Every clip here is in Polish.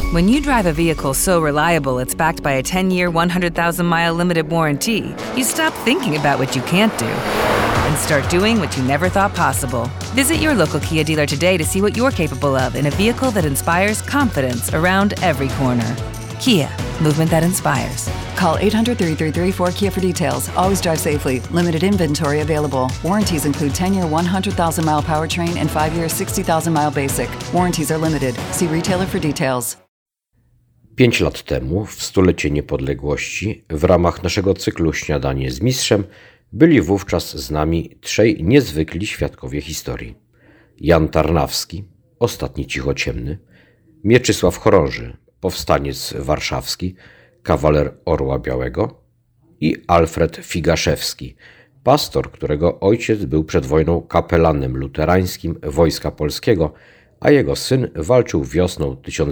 When you drive a vehicle so reliable it's backed by a 10-year, 100,000-mile limited warranty, you stop thinking about what you can't do and start doing what you never thought possible. Visit your local Kia dealer today to see what you're capable of in a vehicle that inspires confidence around every corner. Kia, movement that inspires. Call 800-333-4KIA for details. Always drive safely. Limited inventory available. Warranties include 10-year 100,000-mile powertrain and 5-year 60,000-mile basic. Warranties are limited. See retailer for details. 5 lat temu, w stulecie niepodległości, w ramach naszego cyklu Śniadanie z Mistrzem, byli wówczas z nami trzej niezwykli świadkowie historii. Jan Tarnawski, ostatni cichociemny, Mieczysław Chorąży, powstaniec warszawski, kawaler Orła Białego i Alfred Figaszewski, pastor, którego ojciec był przed wojną kapelanem luterańskim Wojska Polskiego, a jego syn walczył wiosną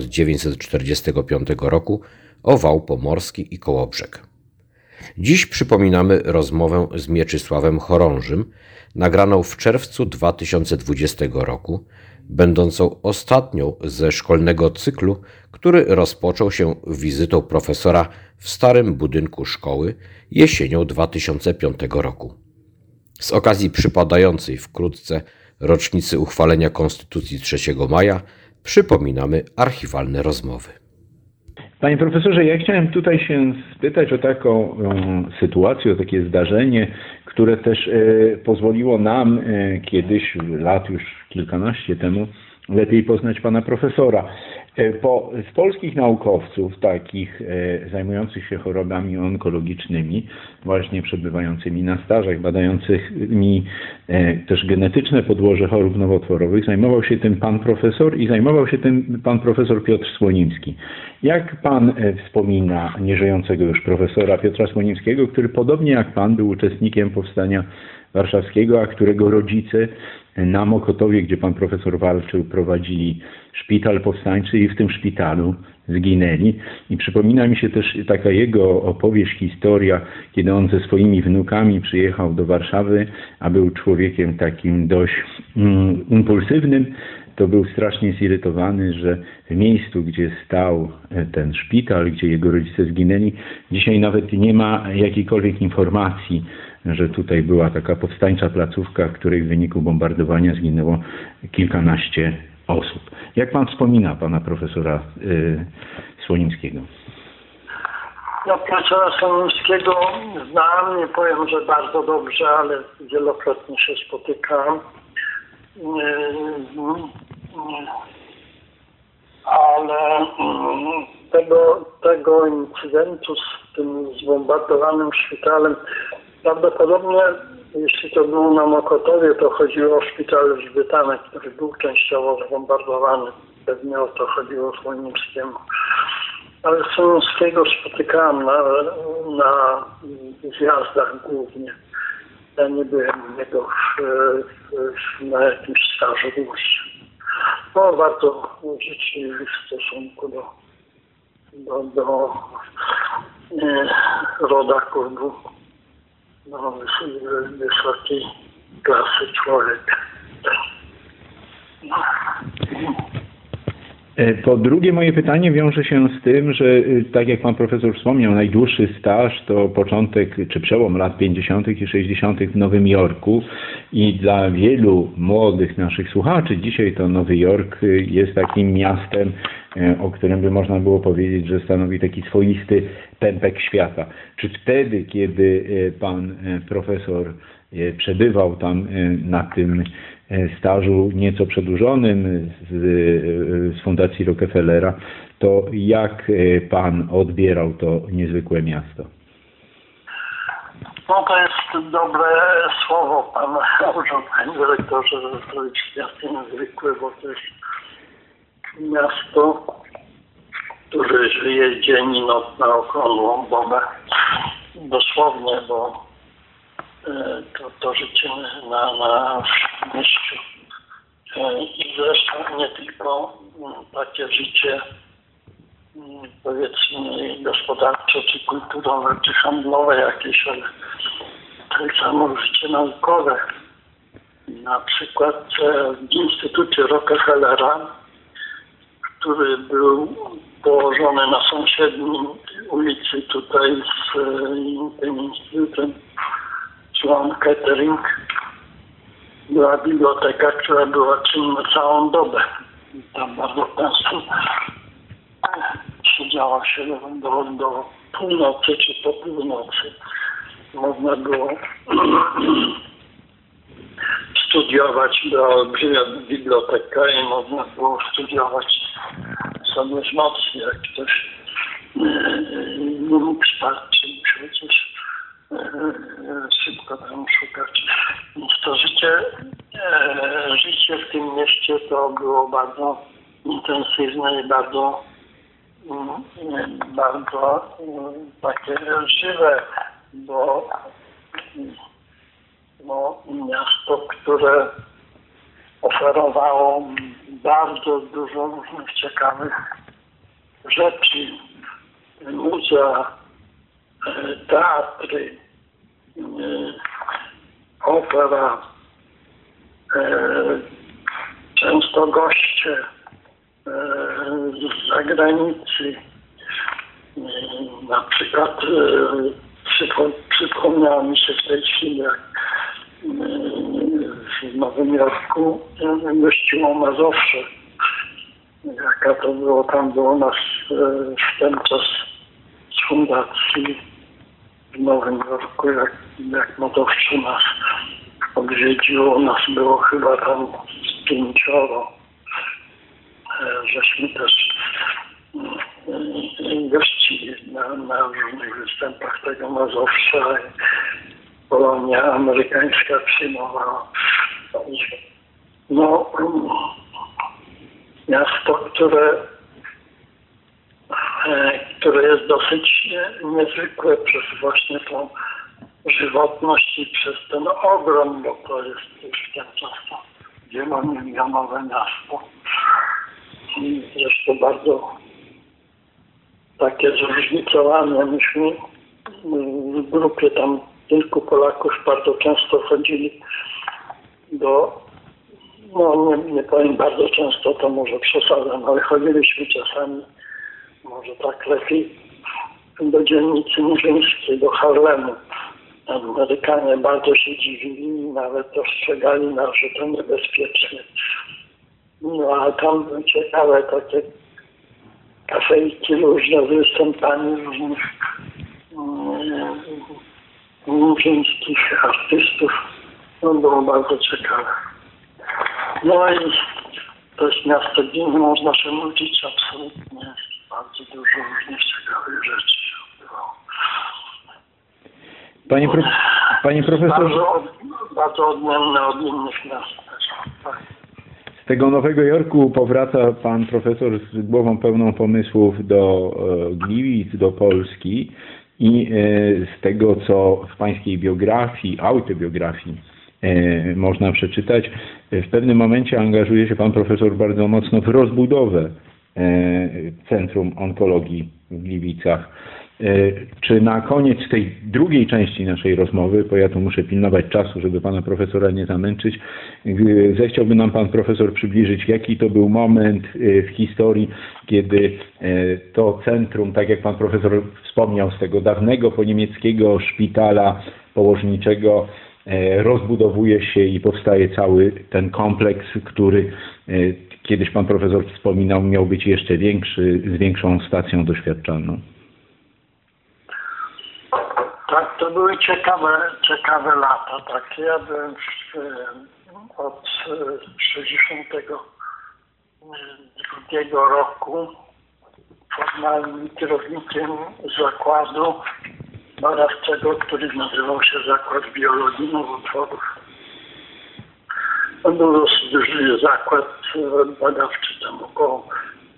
1945 roku o wał pomorski i Kołobrzeg. Dziś przypominamy rozmowę z Mieczysławem Chorążym, nagraną w czerwcu 2020 roku, będącą ostatnią ze szkolnego cyklu, który rozpoczął się wizytą profesora w starym budynku szkoły jesienią 2005 roku. Z okazji przypadającej wkrótce rocznicy uchwalenia Konstytucji 3 maja przypominamy archiwalne rozmowy. Panie profesorze, ja chciałem tutaj się spytać o taką sytuację, o takie zdarzenie, które też pozwoliło nam kiedyś, lat już kilkanaście temu, lepiej poznać pana profesora. Z polskich naukowców, takich zajmujących się chorobami onkologicznymi, właśnie przebywającymi na stażach, badającymi też genetyczne podłoże chorób nowotworowych, zajmował się tym pan profesor i zajmował się tym pan profesor Piotr Słonimski. Jak pan wspomina nieżyjącego już profesora Piotra Słonimskiego, który podobnie jak pan był uczestnikiem powstania warszawskiego, a którego rodzice na Mokotowie, gdzie pan profesor walczył, prowadzili szpital powstańczy i w tym szpitalu zginęli. I przypomina mi się też taka jego opowieść, historia, kiedy on ze swoimi wnukami przyjechał do Warszawy, a był człowiekiem takim dość impulsywnym, to był strasznie zirytowany, że w miejscu, gdzie stał ten szpital, gdzie jego rodzice zginęli, dzisiaj nawet nie ma jakiejkolwiek informacji, że tutaj była taka powstańcza placówka, w której w wyniku bombardowania zginęło kilkanaście osób. Jak pan wspomina pana profesora Słonimskiego? Ja profesora Słonimskiego znam, nie powiem, że bardzo dobrze, ale wielokrotnie się spotykam. Ale tego incydentu z tym zbombardowanym szpitalem, prawdopodobnie, jeśli to było na Mokotowie, to chodziło o szpital Żbytanek, który był częściowo zbombardowany. Pewnie o to chodziło Słonimskiemu. Ale Słonimskiego spotykałem na zjazdach głównie. Ja nie byłem u niego na jakimś stażu dłuższym. No, bardzo życzliwy w stosunku do rodaków, był wysokiej klasy człowiek. No. Po drugie, moje pytanie wiąże się z tym, że tak jak pan profesor wspomniał, najdłuższy staż to początek czy przełom lat 50. i 60. w Nowym Jorku i dla wielu młodych naszych słuchaczy dzisiaj to Nowy Jork jest takim miastem, o którym by można było powiedzieć, że stanowi taki swoisty pępek świata. Czy wtedy, kiedy pan profesor przebywał tam na tym stażu nieco przedłużonym z Fundacji Rockefellera, to jak pan odbierał to niezwykłe miasto? No to jest dobre słowo pan użył, panie dyrektorze, że to jest miasto niezwykłe, bo to jest miasto, które żyje dzień i noc na okrągłą dobę. Dosłownie, bo to życie na mieściu. I zresztą nie tylko takie życie, powiedzmy, gospodarcze, czy kulturowe, czy handlowe jakieś, ale tak samo życie naukowe. Na przykład w Instytucie Rockefellera, który był po postawione na sąsiednim ulicy tutaj z tym instytutem Sloan Kettering. Była biblioteka, która była czynna całą dobę. Tam bardzo często siedziało się do północy czy po północy. Można było studiować, była olbrzymia biblioteka i można było studiować sobie w nocy, jak ktoś nie mógł spać, czy przecież szybko tam szukać. Więc to życie w tym mieście to było bardzo intensywne i bardzo takie żywe, bo miasto, które oferowało bardzo dużo różnych ciekawych rzeczy, muzea, teatry, opera, często goście z zagranicy. Na przykład przypomniało mi się w tej chwili, jak w Nowym Jorku gościło Mazowsze. Jaka to było, tam było nas w ten czas z fundacji w Nowym Jorku, jak Mazowsze nas odwiedziło. Nas było chyba tam z 5. Żeśmy też gościli na różnych występach tego Mazowsza. Polonia amerykańska przyjmowała. No, miasto, które jest dosyć niezwykłe przez właśnie tą żywotność i przez ten ogrom, bo to jest już w ten czas wielomilionowe miasto. I jest to bardzo takie zróżnicowane. Myśmy w grupie tam kilku Polaków bardzo często chodzili nie powiem bardzo często, to może przesadzam, ale chodziliśmy czasami, może tak lepiej, do dzielnicy murzyńskiej, do Harlemu. Amerykanie bardzo się dziwili i nawet ostrzegali nas, że to niebezpieczne. No a tam były ciekawe takie kafejki różne z występami różnych murzyńskich artystów. No było bardzo ciekawe. No i to jest miasto, gdzie nie można się nudzić absolutnie. Bardzo dużo różnych ciekawych rzeczy się odbywało. Panie profesorze... Bardzo odmienne od innych miast też. Tak. Z tego Nowego Jorku powraca pan profesor z głową pełną pomysłów do Gliwic, do Polski i z tego, co w pańskiej biografii, autobiografii można przeczytać, w pewnym momencie angażuje się pan profesor bardzo mocno w rozbudowę Centrum Onkologii w Gliwicach. Czy na koniec tej drugiej części naszej rozmowy, bo ja tu muszę pilnować czasu, żeby pana profesora nie zamęczyć, zechciałby nam pan profesor przybliżyć, jaki to był moment w historii, kiedy to centrum, tak jak pan profesor wspomniał, z tego dawnego poniemieckiego szpitala położniczego rozbudowuje się i powstaje cały ten kompleks, który kiedyś pan profesor wspominał, miał być jeszcze większy, z większą stacją doświadczalną. Tak, to były ciekawe lata takie. Ja byłem od 1962 roku formalnym kierownikiem zakładu badawczego, który nazywał się Zakład Biologii Nowotworów. To był dosyć duży zakład badawczy, tam około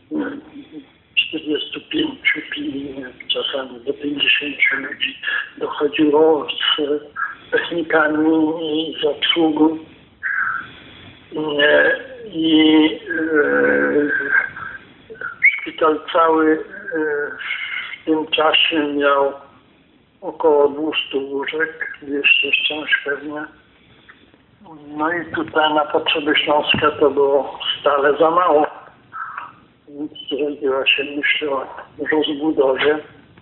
45, czasami do 50 ludzi dochodziło z technikami i z obsługą. I szpital cały w tym czasie miał około 200 łóżek, 200 wciąż pewnie. No i tutaj na potrzeby Śląska to było stale za mało. Więc zrobiła się myśl o rozbudowie.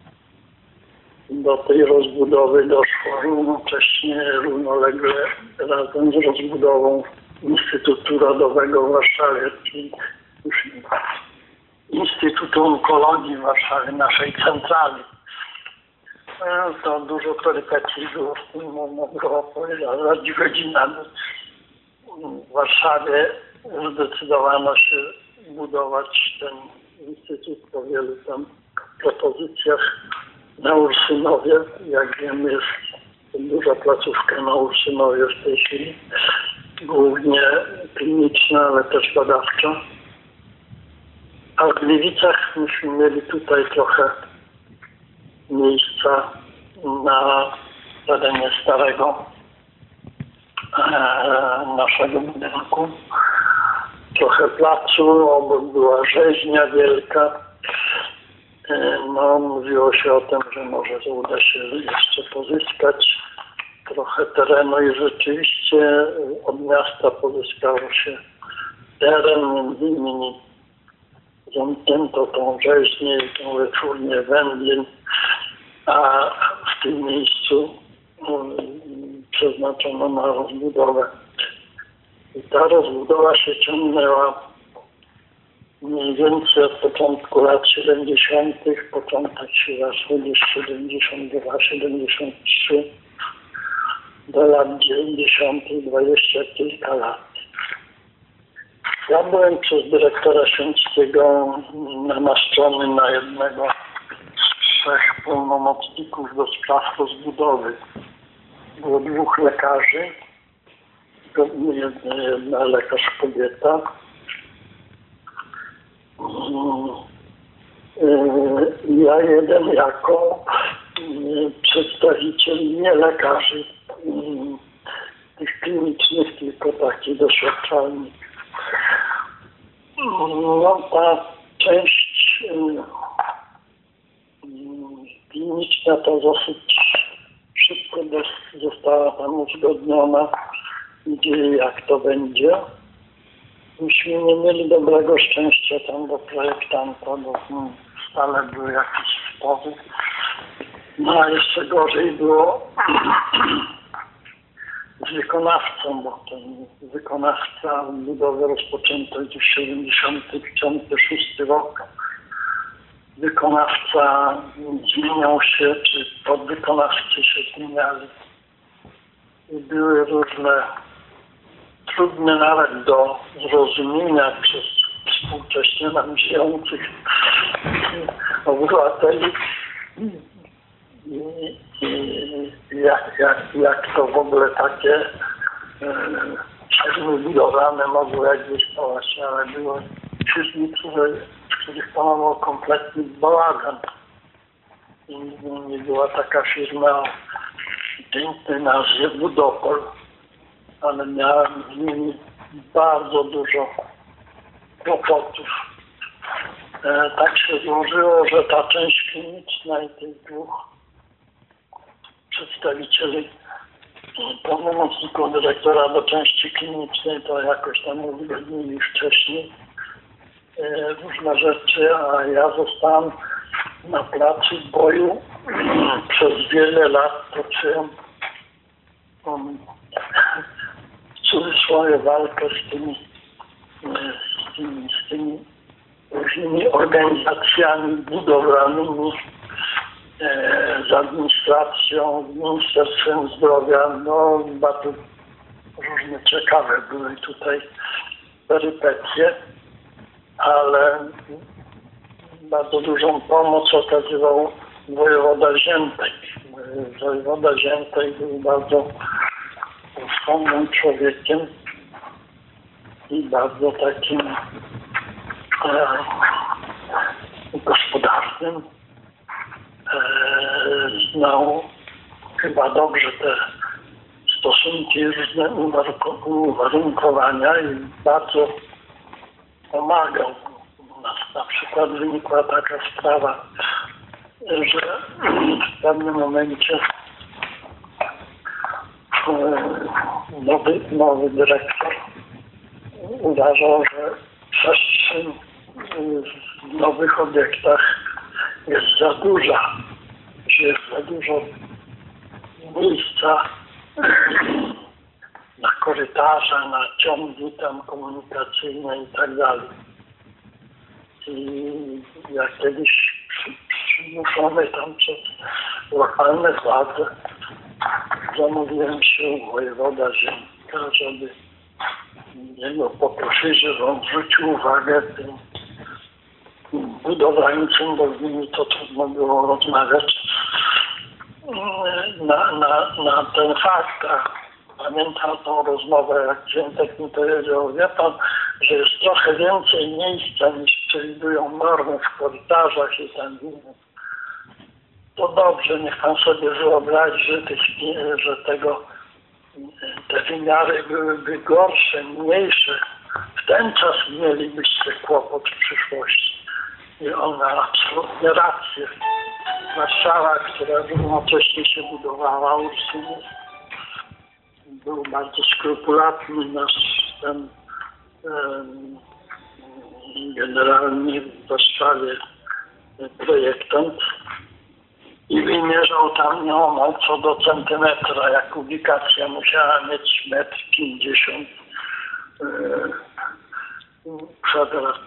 Do tej rozbudowy doszło równolegle razem z rozbudową Instytutu Rodowego w Warszawie, czyli już Instytutu Onkologii w Warszawie, naszej centrali. To dużo perypetii było w tym, można było opowiadać godzinami. W Warszawie zdecydowano się budować ten instytut po wielu tam propozycjach na Ursynowie. Jak wiemy, jest duża placówka na Ursynowie w tej chwili, głównie kliniczna, ale też badawcza. A w Gliwicach myśmy mieli tutaj trochę miejsca na terenie starego naszego budynku. Trochę placu, obok była rzeźnia wielka. No, mówiło się o tym, że może uda się jeszcze pozyskać trochę terenu i rzeczywiście od miasta pozyskało się teren, między innymi zamknięto tą rzeźnię i tą wieczórnię Wędlin, a w tym miejscu przeznaczono na rozbudowę. I ta rozbudowa się ciągnęła mniej więcej od początku lat 70., początek się zaczął gdzieś 72, 73 do lat 90., 20 kilka lat. Ja byłem przez dyrektora Święckiego namaszczony na jednego z 3 pełnomocników do spraw rozbudowy. Było 2 lekarzy, jedna lekarz kobieta. Ja jeden jako przedstawiciel nie lekarzy tych klinicznych, tylko taki doświadczalny. No, ta część kliniczna to dosyć szybko została tam uzgodniona, gdzie i jak to będzie. Myśmy nie mieli dobrego szczęścia tam do projektanta, bo stale były jakieś spory. No a jeszcze gorzej było z wykonawcą, bo ten wykonawca budowę rozpoczęto już w 76 rok. Wykonawca zmieniał się, czy podwykonawcy się zmieniali. I były różne, trudne nawet do zrozumienia przez współcześnie nam żyjących obywateli, jak to w ogóle takie firmy budowlane mogły egzystować, ale było firmy, w których panował kompletny bałagan. I nie była taka firma o pięknej nazwie Budopol, ale miałem z nimi bardzo dużo kłopotów. Tak się złożyło, że ta część kliniczna i tych 2 przedstawicieli pełnomocników dyrektora do części klinicznej to jakoś tam uzgodnili wcześniej różne rzeczy, a ja zostałem na placu boju przez wiele lat, toczyłem w cudzysłowie walkę z tymi różnymi organizacjami budowlanymi, z administracją, z Ministerstwem Zdrowia. No, bardzo różne ciekawe były tutaj perypetie, ale bardzo dużą pomoc okazywał wojewoda Ziętek. Wojewoda Ziętek był bardzo rozsądnym człowiekiem i bardzo takim gospodarnym. Znał chyba dobrze te stosunki, różne uwarunkowania i bardzo pomagał. U nas na przykład wynikła taka sprawa, że w pewnym momencie nowy dyrektor uważał, że przestrzeń w nowych obiektach jest za duża, że jest za dużo miejsca na korytarze, na ciągi tam komunikacyjne i tak dalej. I jak kiedyś przymuszony tam przez lokalne władze zamówiłem się u wojewoda Ziemka, żeby jego poprosić, żeby on zwrócił uwagę tym budowlańcom, bo z nimi to trudno było rozmawiać, na ten fakt. Pamiętam tą rozmowę, jak Ziętek mi powiedział, wie pan, że jest trochę więcej miejsca niż przewidują normy w korytarzach i tam innych. To dobrze, niech pan sobie wyobrazi, że te wymiary byłyby gorsze, mniejsze. W ten czas mielibyście kłopot w przyszłości. I on ma absolutnie rację. Warszawa, która równocześnie się budowała, Ursus, był bardzo skrupulatny nasz ten generalnie w Warszawie projektant i wymierzał tam nieomal co do centymetra, jak ubikacja musiała mieć 1,50 m kwadrat.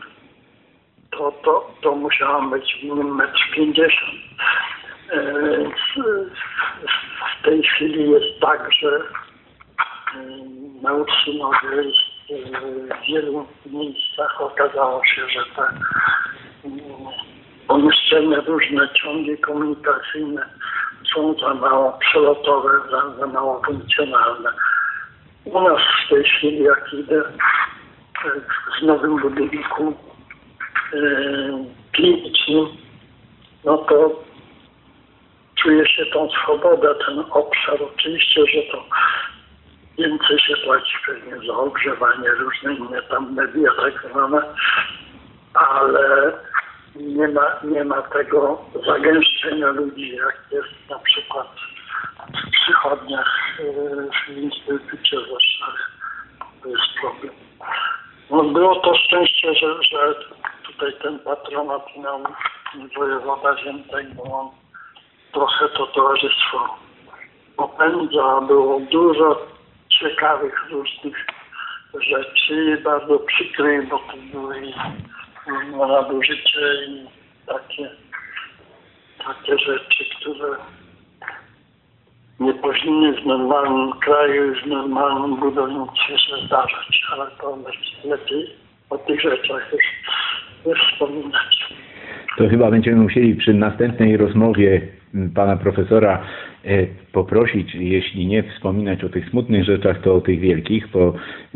To musiała być w nim 1,50 m. W tej chwili jest tak, że na Ursynowie w wielu miejscach okazało się, że te pomieszczenia, różne ciągi komunikacyjne są za mało przelotowe, za mało funkcjonalne. U nas w tej chwili, jak idę w nowym budynku klinicznym, no to czuje się tą swobodę, ten obszar. Oczywiście, że to więcej się płaci pewnie za ogrzewanie, różne inne tam media tak zwane, ale nie ma tego zagęszczenia ludzi, jak jest na przykład w przychodniach w Instytucie w Warszawie. To jest problem. No było to szczęście, że tutaj ten patronat miał wojewoda Ziętek, bo on trochę to towarzystwo popędza. Było dużo ciekawych różnych rzeczy, bardzo przykrych, bo to były różne nadużycie i takie rzeczy, które nie powinny w normalnym kraju i w normalnym budownictwie się zdarzać, ale to lepiej o tych rzeczach już nie wspominać. To chyba będziemy musieli przy następnej rozmowie pana profesora poprosić, jeśli nie wspominać o tych smutnych rzeczach, to o tych wielkich, bo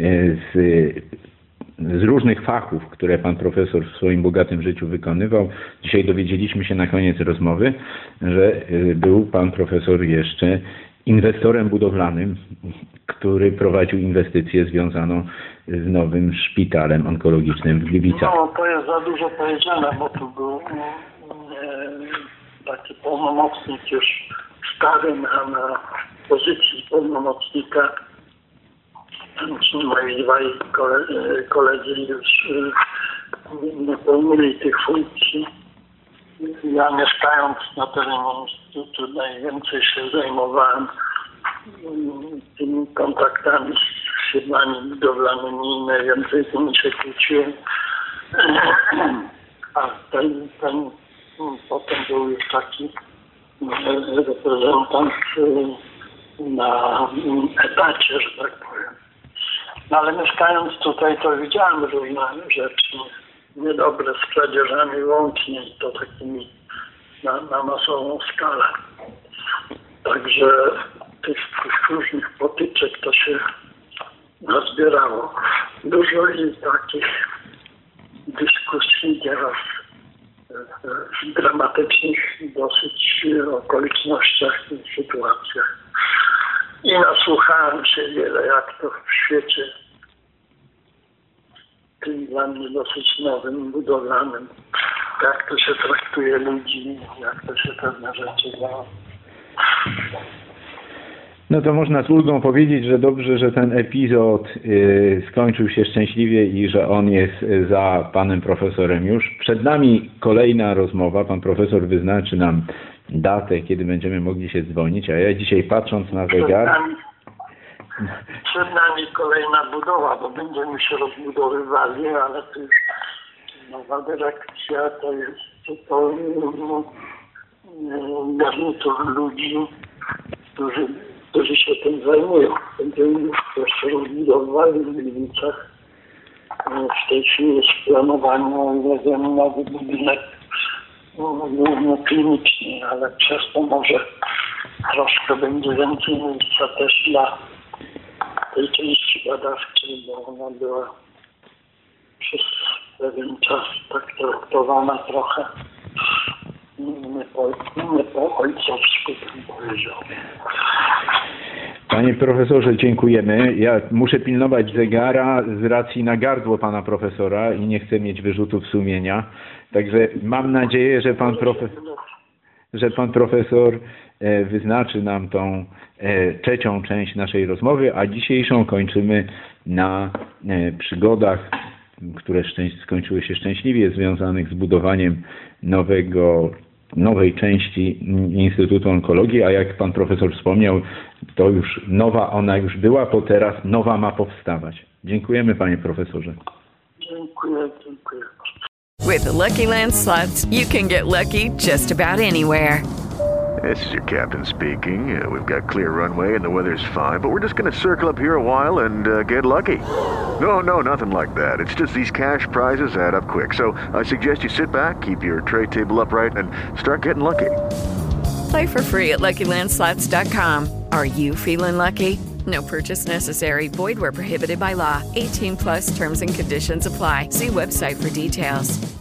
z różnych fachów, które pan profesor w swoim bogatym życiu wykonywał, dzisiaj dowiedzieliśmy się na koniec rozmowy, że był pan profesor jeszcze inwestorem budowlanym, który prowadził inwestycję związaną z nowym szpitalem onkologicznym w Gliwicach. No, to jest za dużo powiedziane, bo tu był taki pełnomocnik już stary na pozycji pełnomocnika. Moi dwaj koledzy już nie pełnili tych funkcji. Ja mieszkając na terenie Instytutu najwięcej się zajmowałem tymi kontaktami z firmami budowlanymi i najwięcej tym się kłóciłem. A ten potem był już taki reprezentant na etacie, że tak powiem. No ale mieszkając tutaj, to widziałem różne rzeczy niedobre z kradzieżami łącznie i to takimi na masową skalę. Także tych różnych potyczek to się nazbierało. Dużo i takich dyskusji nieraz w dramatycznych dosyć okolicznościach i sytuacjach. I nasłuchałem się wiele, jak to w świecie tym dla mnie dosyć nowym, budowlanym, jak to się traktuje ludzi, jak to się pewne rzeczy da. No to można z ulgą powiedzieć, że dobrze, że ten epizod skończył się szczęśliwie i że on jest za panem profesorem już. Przed nami kolejna rozmowa. Pan profesor wyznaczy nam datę, kiedy będziemy mogli się dzwonić, a ja dzisiaj patrząc na zegar... Przed nami kolejna budowa, bo będziemy się rozbudowywali, ale to już nowa dyrekcja, to jest garnitur ludzi, którzy się tym zajmują. Będziemy już jeszcze rozbudowywali w Gliwicach. W tej chwili jest w planowaniu, nie wiem, nowy budynek kliniczny, ale przez to może troszkę będzie więcej miejsca też dla tej części badawczej, bo ona była przez pewien czas tak traktowana trochę nie po ojcowsku, bym powiedział. Panie profesorze, dziękujemy. Ja muszę pilnować zegara z racji na gardło pana profesora i nie chcę mieć wyrzutów sumienia. Także mam nadzieję, że pan profesor wyznaczy nam tą trzecią część naszej rozmowy, a dzisiejszą kończymy na przygodach, które skończyły się szczęśliwie, związanych z budowaniem nowej części Instytutu Onkologii, a jak pan profesor wspomniał, to już ona już była, bo teraz nowa ma powstawać. Dziękujemy, panie profesorze. Dziękuję. With the Lucky Land Slots, you can get lucky just about anywhere. This is your captain speaking. We've got clear runway and the weather's fine, but we're just going to circle up here a while and get lucky. No, nothing like that. It's just these cash prizes add up quick. So I suggest you sit back, keep your tray table upright, and start getting lucky. Play for free at LuckyLandSlots.com. Are you feeling lucky? No purchase necessary. Void where prohibited by law. 18+ terms and conditions apply. See website for details.